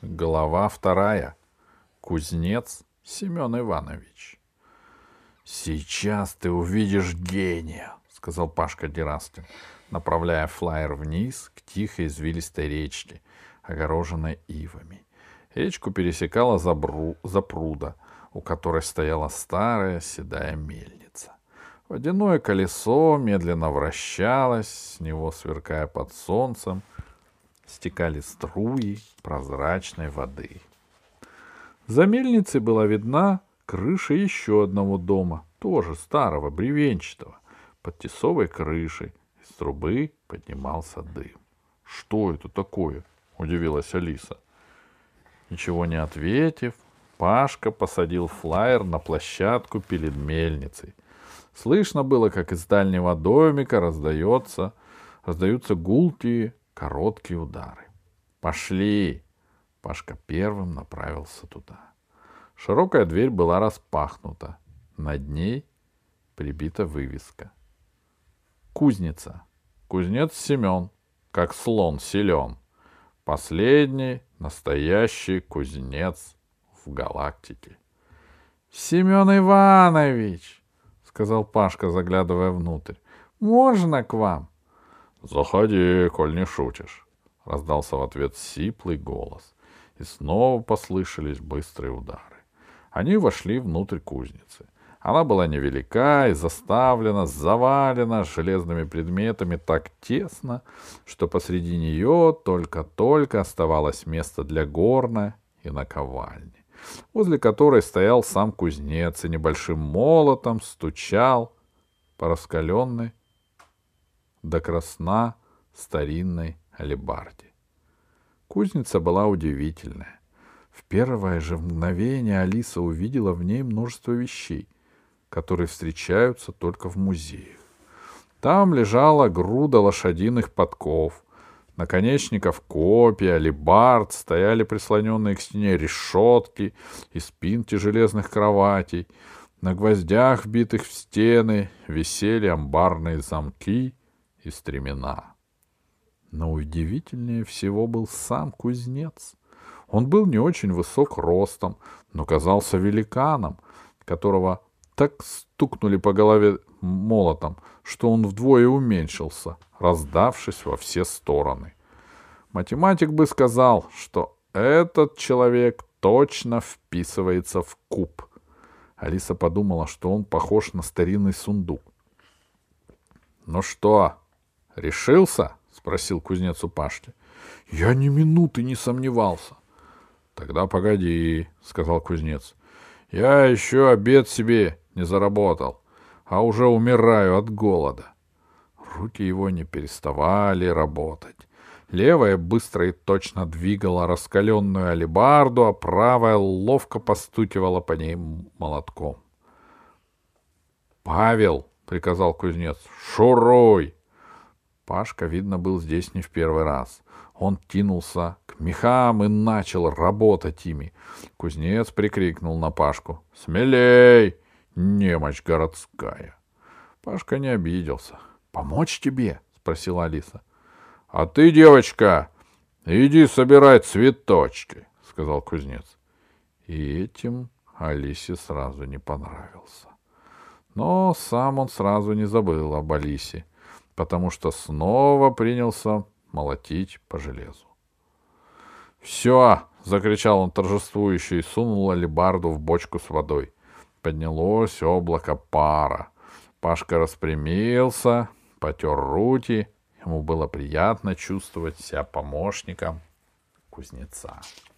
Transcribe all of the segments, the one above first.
Глава 2. Кузнец Семен Иванович. «Сейчас ты увидишь гения», — сказал Пашка Дераскин, направляя флаер вниз к тихой извилистой речке, огороженной ивами. Речку пересекала запруда, у которой стояла старая седая мельница. Водяное колесо медленно вращалось, с него, сверкая под солнцем, стекали струи прозрачной воды. За мельницей была видна крыша еще одного дома, тоже старого, бревенчатого. Под тесовой крышей из трубы поднимался дым. — Что это такое? — удивилась Алиса. Ничего не ответив, Пашка посадил флаер на площадку перед мельницей. Слышно было, как из дальнего домика раздаются гулкие короткие удары. «Пошли!» Пашка первым направился туда. Широкая дверь была распахнута. Над ней прибита вывеска. «Кузница. Кузнец Семен, как слон силен. Последний настоящий кузнец в галактике». «Семен Иванович!» — сказал Пашка, заглядывая внутрь. «Можно к вам?» «Заходи, коль не шутишь», — раздался в ответ сиплый голос, и снова послышались быстрые удары. Они вошли внутрь кузницы. Она была невелика и завалена железными предметами так тесно, что посреди нее только-только оставалось место для горна и наковальни, возле которой стоял сам кузнец и небольшим молотом стучал по раскаленной до красна старинной алебарде. Кузница была удивительная. В первое же мгновение Алиса увидела в ней множество вещей, которые встречаются только в музеях. Там лежала груда лошадиных подков, наконечников копий, алебард, стояли прислоненные к стене решетки и спинки железных кроватей. На гвоздях, вбитых в стены, висели амбарные замки и стремена. Но удивительнее всего был сам кузнец. Он был не очень высок ростом, но казался великаном, которого так стукнули по голове молотом, что он вдвое уменьшился, раздавшись во все стороны. Математик бы сказал, что этот человек точно вписывается в куб. Алиса подумала, что он похож на старинный сундук. — Ну что, решился? — спросил кузнец у Пашки. — Я ни минуты не сомневался. — Тогда погоди, — сказал кузнец. — Я еще обед себе не заработал, а уже умираю от голода. Руки его не переставали работать. Левая быстро и точно двигала раскаленную алебарду, а правая ловко постукивала по ней молотком. — Павел, — приказал кузнец, — шуруй! Пашка, видно, был здесь не в первый раз. Он кинулся к мехам и начал работать ими. Кузнец прикрикнул на Пашку: — Смелей, немочь городская! Пашка не обиделся. — Помочь тебе? — спросила Алиса. — А ты, девочка, иди собирай цветочки, — сказал кузнец. И этим Алисе сразу не понравился. Но сам он сразу не забыл об Алисе, потому что снова принялся молотить по железу. «Все!» — закричал он торжествующе и сунул алебарду в бочку с водой. Поднялось облако пара. Пашка распрямился, потер руки. Ему было приятно чувствовать себя помощником кузнеца.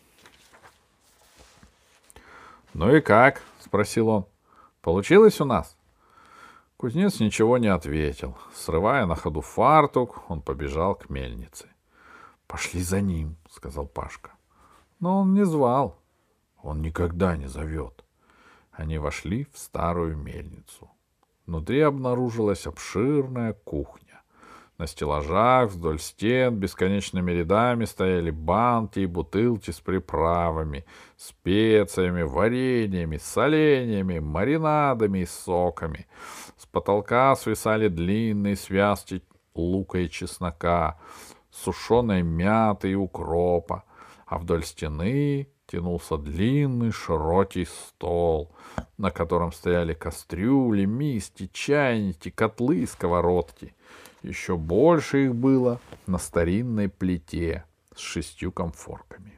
«Ну и как?» — спросил он. «Получилось у нас?» Кузнец ничего не ответил. Срывая на ходу фартук, он побежал к мельнице. — Пошли за ним, — сказал Пашка. Но он не звал. Он никогда не зовет. Они вошли в старую мельницу. Внутри обнаружилась обширная кухня. На стеллажах вдоль стен бесконечными рядами стояли банки и бутылки с приправами, специями, вареньями, соленьями, маринадами и соками. С потолка свисали длинные связки лука и чеснока, сушеной мяты и укропа, а вдоль стены тянулся длинный широкий стол, на котором стояли кастрюли, миски, чайники, котлы и сковородки. Еще больше их было на старинной плите с 6 комфорками.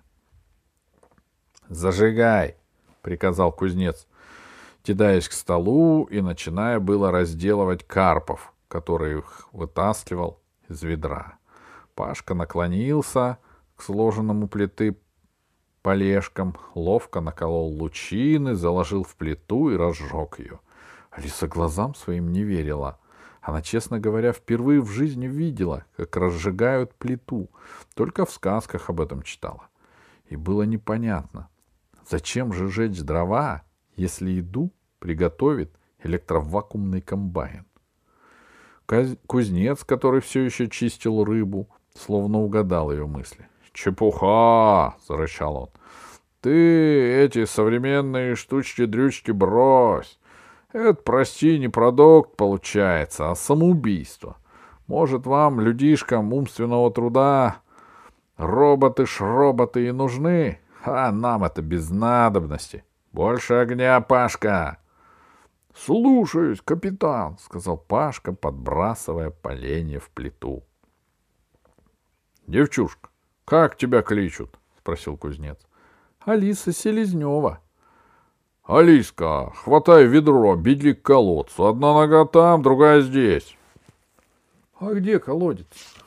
«Зажигай!» — приказал кузнец, кидаясь к столу и начиная было разделывать карпов, которые их вытаскивал из ведра. Пашка наклонился к сложенному плиты полежкам, ловко наколол лучины, заложил в плиту и разжег ее. Алиса глазам своим не верила. Она, честно говоря, впервые в жизни видела, как разжигают плиту. Только в сказках об этом читала. И было непонятно, зачем же жечь дрова, если еду приготовит электровакуумный комбайн. Кузнец, который все еще чистил рыбу, словно угадал ее мысли. «Чепуха!» — зарычал он. «Ты эти современные штучки-дрючки брось. Это, прости, не продукт получается, а самоубийство. Может, вам, людишкам умственного труда, роботы-шроботы и нужны, а нам это без надобности. Больше огня, Пашка!» «Слушаюсь, капитан!» — сказал Пашка, подбрасывая поленья в плиту. «Девчушка, как тебя кличут?» — спросил кузнец. «Алиса Селезнева». «Алиска, хватай ведро, беги к колодцу. Одна нога там, другая здесь». «А где колодец?»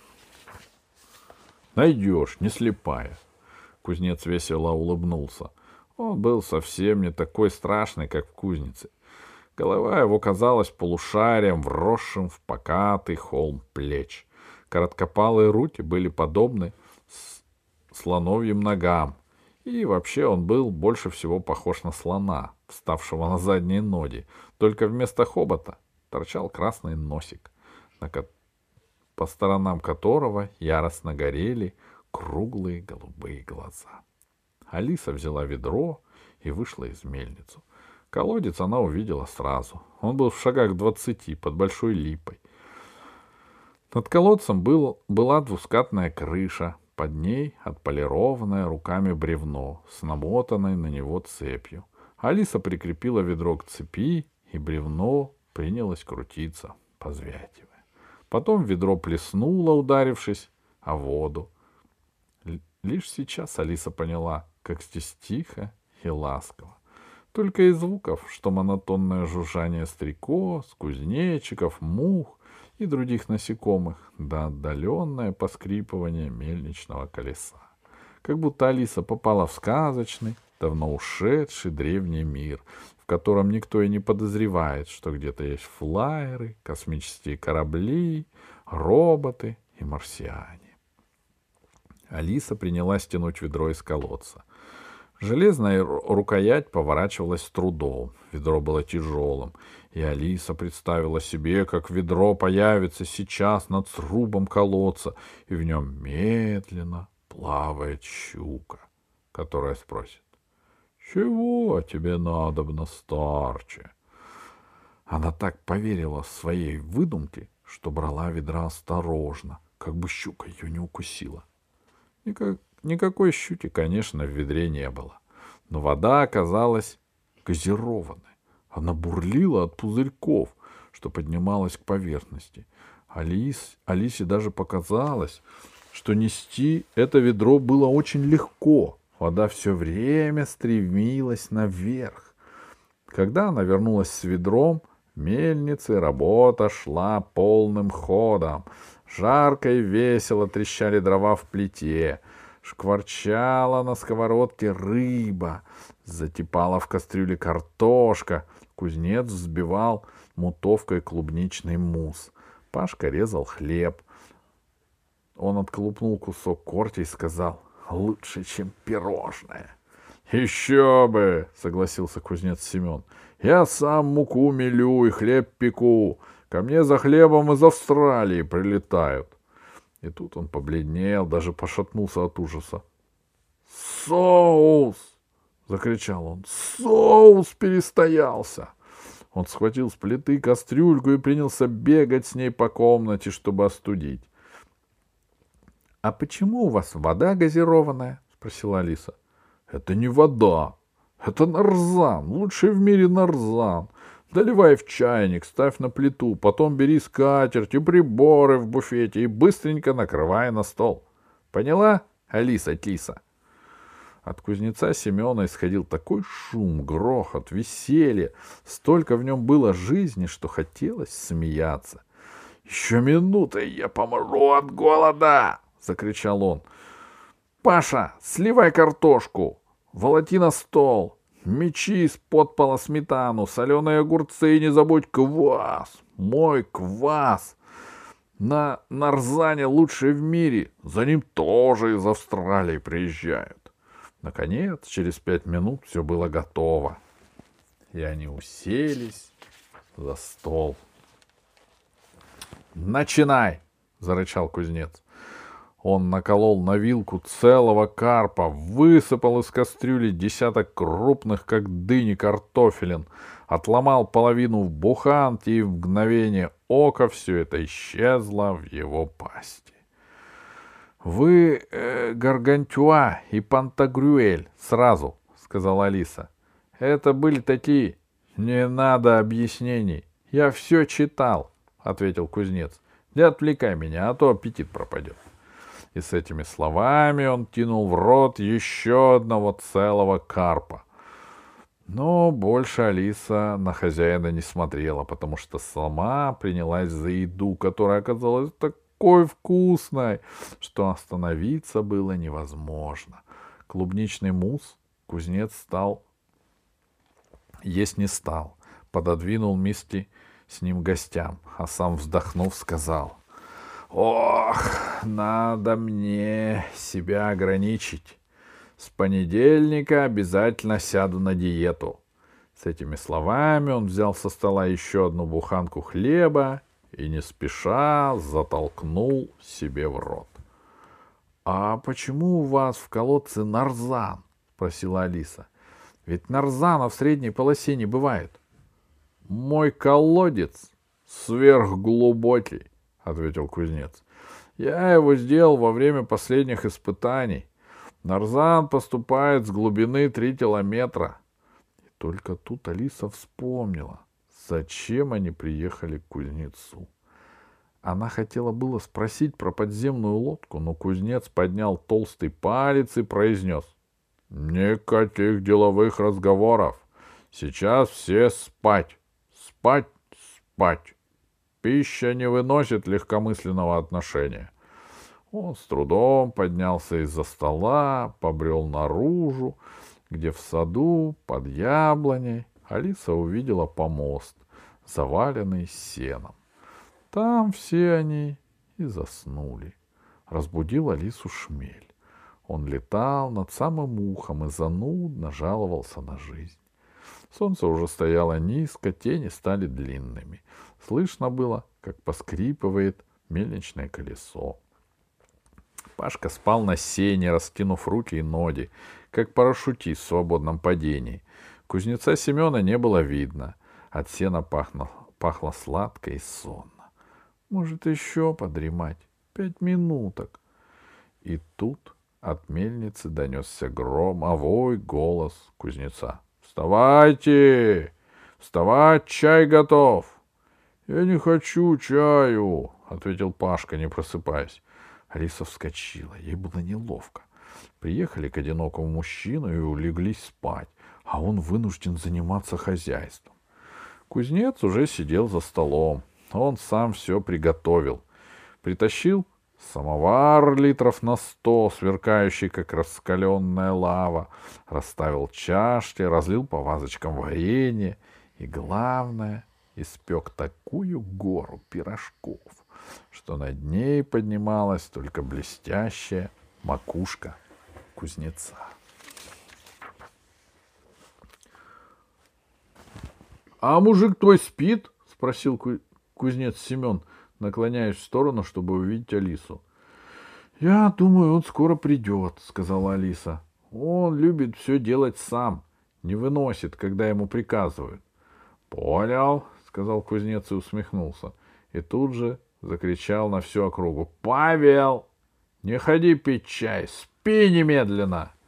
«Найдешь, не слепая». Кузнец весело улыбнулся. Он был совсем не такой страшный, как в кузнице. Голова его казалась полушарием, вросшим в покатый холм плеч. Короткопалые руки были подобны слоновьим ногам. И вообще он был больше всего похож на слона, вставшего на задние ноги. Только вместо хобота торчал красный носик, по сторонам которого яростно горели круглые голубые глаза. Алиса взяла ведро и вышла из мельницы. Колодец она увидела сразу. Он был в шагах 20 под большой липой. Над колодцем была двускатная крыша, под ней отполированное руками бревно с намотанной на него цепью. Алиса прикрепила ведро к цепи, и бревно принялось крутиться, позвякивая. Потом ведро плеснуло, ударившись о воду. Лишь сейчас Алиса поняла, как здесь тихо и ласково. Только из звуков, что монотонное жужжание стрекоз, кузнечиков, мух и других насекомых, да отдаленное поскрипывание мельничного колеса. Как будто Алиса попала в сказочный, давно ушедший древний мир, в котором никто и не подозревает, что где-то есть флайеры, космические корабли, роботы и марсиане. Алиса принялась тянуть ведро из колодца. Железная рукоять поворачивалась с трудом. Ведро было тяжелым, и Алиса представила себе, как ведро появится сейчас над срубом колодца, и в нем медленно плавает щука, которая спросит: «Чего тебе надобно, старче?» Она так поверила в своей выдумке, что брала ведра осторожно, как бы щука ее не укусила. Никакой щуки, конечно, в ведре не было. Но вода оказалась газированной. Она бурлила от пузырьков, что поднималась к поверхности. Алисе даже показалось, что нести это ведро было очень легко. Вода все время стремилась наверх. Когда она вернулась с ведром, в мельнице работа шла полным ходом. Жарко и весело трещали дрова в плите. Шкварчала на сковородке рыба, затипала в кастрюле картошка. Кузнец взбивал мутовкой клубничный мусс. Пашка резал хлеб. Он отколупнул кусок корки и сказал: «Лучше, чем пирожное». «Еще бы!» — согласился кузнец Семен. «Я сам муку мелю и хлеб пеку. Ко мне за хлебом из Австралии прилетают». И тут он побледнел, даже пошатнулся от ужаса. «Соус!» — закричал он. «Соус перестоялся!» Он схватил с плиты кастрюльку и принялся бегать с ней по комнате, чтобы остудить. «А почему у вас вода газированная?» — спросила Алиса. — Это не вода. Это нарзан. Лучший в мире нарзан. Доливай в чайник, ставь на плиту, потом бери скатерть и приборы в буфете и быстренько накрывай на стол. Поняла, Алиса-киса? От кузнеца Семена исходил такой шум, грохот, веселье. Столько в нем было жизни, что хотелось смеяться. — Еще минута, и я помру от голода! — закричал он. — Паша, сливай картошку, волоти на стол, мечи из-под пола сметану, соленые огурцы и не забудь квас, мой квас. На нарзане лучший в мире, за ним тоже из Австралии приезжают. Наконец, через 5 минут все было готово, и они уселись за стол. «Начинай!» — зарычал кузнец. Он наколол на вилку целого карпа, высыпал из кастрюли 10 крупных, как дыни, картофелин, отломал половину в буханке, и в мгновение ока все это исчезло в его пасти. — Вы Гаргантюа и Пантагрюэль сразу, — сказала Алиса. — Это были такие... — Не надо объяснений. Я все читал, — ответил кузнец. — Не отвлекай меня, а то аппетит пропадет. И с этими словами он кинул в рот еще одного целого карпа. Но больше Алиса на хозяина не смотрела, потому что сама принялась за еду, которая оказалась такой вкусной, что остановиться было невозможно. Клубничный мусс кузнец есть не стал, пододвинул миски с ним гостям, а сам, вздохнув, сказал: «Ох, надо мне себя ограничить. С понедельника обязательно сяду на диету». С этими словами он взял со стола еще одну буханку хлеба и не спеша затолкнул себе в рот. — А почему у вас в колодце нарзан? — спросила Алиса. — Ведь нарзана в средней полосе не бывает. — Мой колодец сверхглубокий, — ответил кузнец. — Я его сделал во время последних испытаний. Нарзан поступает с глубины 3 километра. И только тут Алиса вспомнила, зачем они приехали к кузнецу. Она хотела было спросить про подземную лодку, но кузнец поднял толстый палец и произнес: «Никаких деловых разговоров. Сейчас все спать. Спать, спать. Пища не выносит легкомысленного отношения». Он с трудом поднялся из-за стола, побрел наружу, где в саду под яблоней Алиса увидела помост, заваленный сеном. Там все они и заснули. Разбудил Алису шмель. Он летал над самым ухом и занудно жаловался на жизнь. Солнце уже стояло низко, тени стали длинными. Слышно было, как поскрипывает мельничное колесо. Пашка спал на сене, раскинув руки и ноги, как парашютист в свободном падении. Кузнеца Семена не было видно. От сена пахло сладко и сонно. Может, еще подремать 5 минуток. И тут от мельницы донесся громовой голос кузнеца. «Вставайте! Вставать, чай готов!» «Я не хочу чаю», — ответил Пашка, не просыпаясь. Алиса вскочила, ей было неловко. Приехали к одинокому мужчину и улеглись спать, а он вынужден заниматься хозяйством. Кузнец уже сидел за столом. Он сам все приготовил. Притащил самовар литров на 100, сверкающий, как раскаленная лава, расставил чашки, разлил по вазочкам варенье и, главное, испек такую гору пирожков, что над ней поднималась только блестящая макушка кузнеца. — А мужик твой спит? — спросил кузнец Семен, наклоняясь в сторону, чтобы увидеть Алису. — Я думаю, он скоро придет, — сказала Алиса. — Он любит все делать сам, не выносит, когда ему приказывают. — Понял, — сказал кузнец и усмехнулся. И тут же закричал на всю округу: «Павел, не ходи пить чай, спи немедленно!»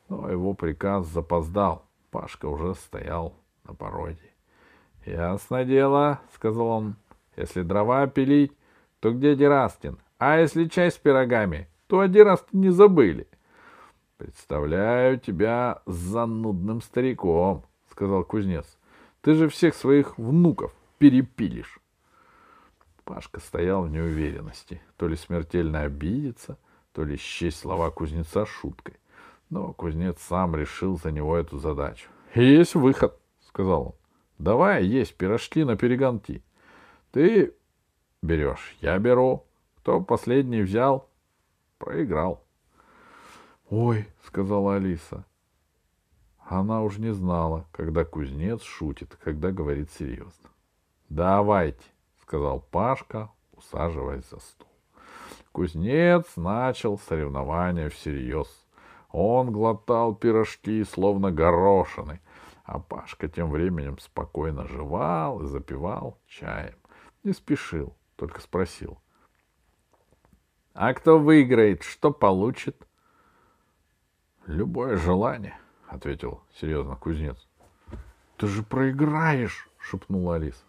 Но его приказ запоздал. Пашка уже стоял на пороге. — Ясно дело, — сказал он, — если дрова пилить, то где Дерастин? А если чай с пирогами, то о Дерастине забыли. — Представляю тебя занудным стариком, — сказал кузнец. — Ты же всех своих внуков перепилишь. Пашка стоял в неуверенности. То ли смертельно обидеться, то ли счесть слова кузнеца шуткой. Но кузнец сам решил за него эту задачу. — Есть выход, — сказал он. — Давай есть пирожки на перегонки. Ты берешь, я беру. Кто последний взял, проиграл. — Ой, — сказала Алиса. Она уж не знала, когда кузнец шутит, когда говорит серьезно. — Давайте, — сказал Пашка, усаживаясь за стол. Кузнец начал соревнование всерьез. Он глотал пирожки, словно горошины, а Пашка тем временем спокойно жевал и запивал чаем. Не спешил, только спросил. — А кто выиграет, что получит? — Любое желание, — ответил серьезно кузнец. — Ты же проиграешь, — шепнула Алиса.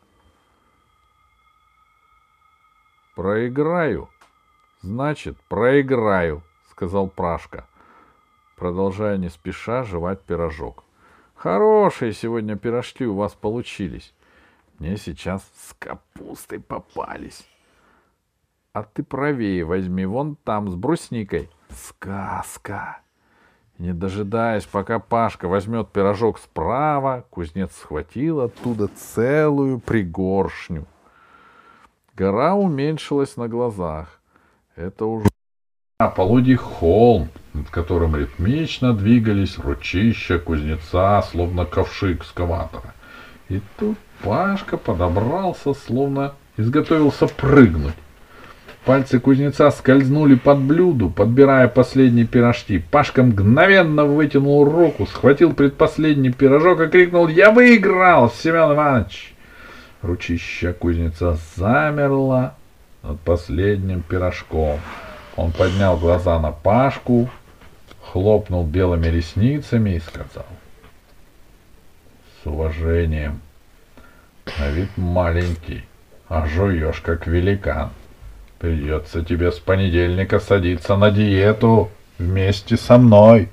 — Проиграю? Значит, проиграю, — сказал Пашка, продолжая не спеша жевать пирожок. — Хорошие сегодня пирожки у вас получились. Мне сейчас с капустой попались. А ты правее возьми, вон там, с брусникой. Сказка! Не дожидаясь, пока Пашка возьмет пирожок справа, кузнец схватил оттуда целую пригоршню. Гора уменьшилась на глазах. Это уже полудий холм, над которым ритмично двигались ручища кузнеца, словно ковши экскаватора. И тут Пашка подобрался, словно изготовился прыгнуть. Пальцы кузнеца скользнули под блюду, подбирая последние пирожки. Пашка мгновенно вытянул руку, схватил предпоследний пирожок и крикнул: «Я выиграл, Семен Иванович!» Ручища кузнеца замерло над последним пирожком. Он поднял глаза на Пашку, хлопнул белыми ресницами и сказал: — С уважением. На вид маленький, а жуешь как великан. Придется тебе с понедельника садиться на диету вместе со мной.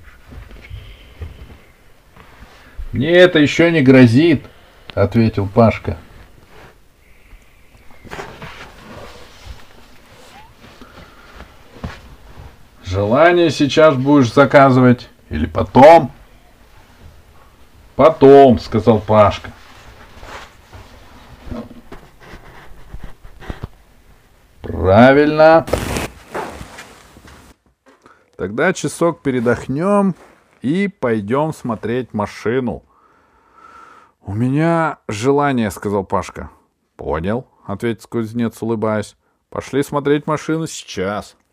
— Мне это еще не грозит, — ответил Пашка. — Желание сейчас будешь заказывать или потом? — Потом, — сказал Пашка. Правильно. Тогда часок передохнем и пойдем смотреть машину. — У меня желание, — сказал Пашка. — Понял, — ответил кузнец, улыбаясь. — Пошли смотреть машину сейчас.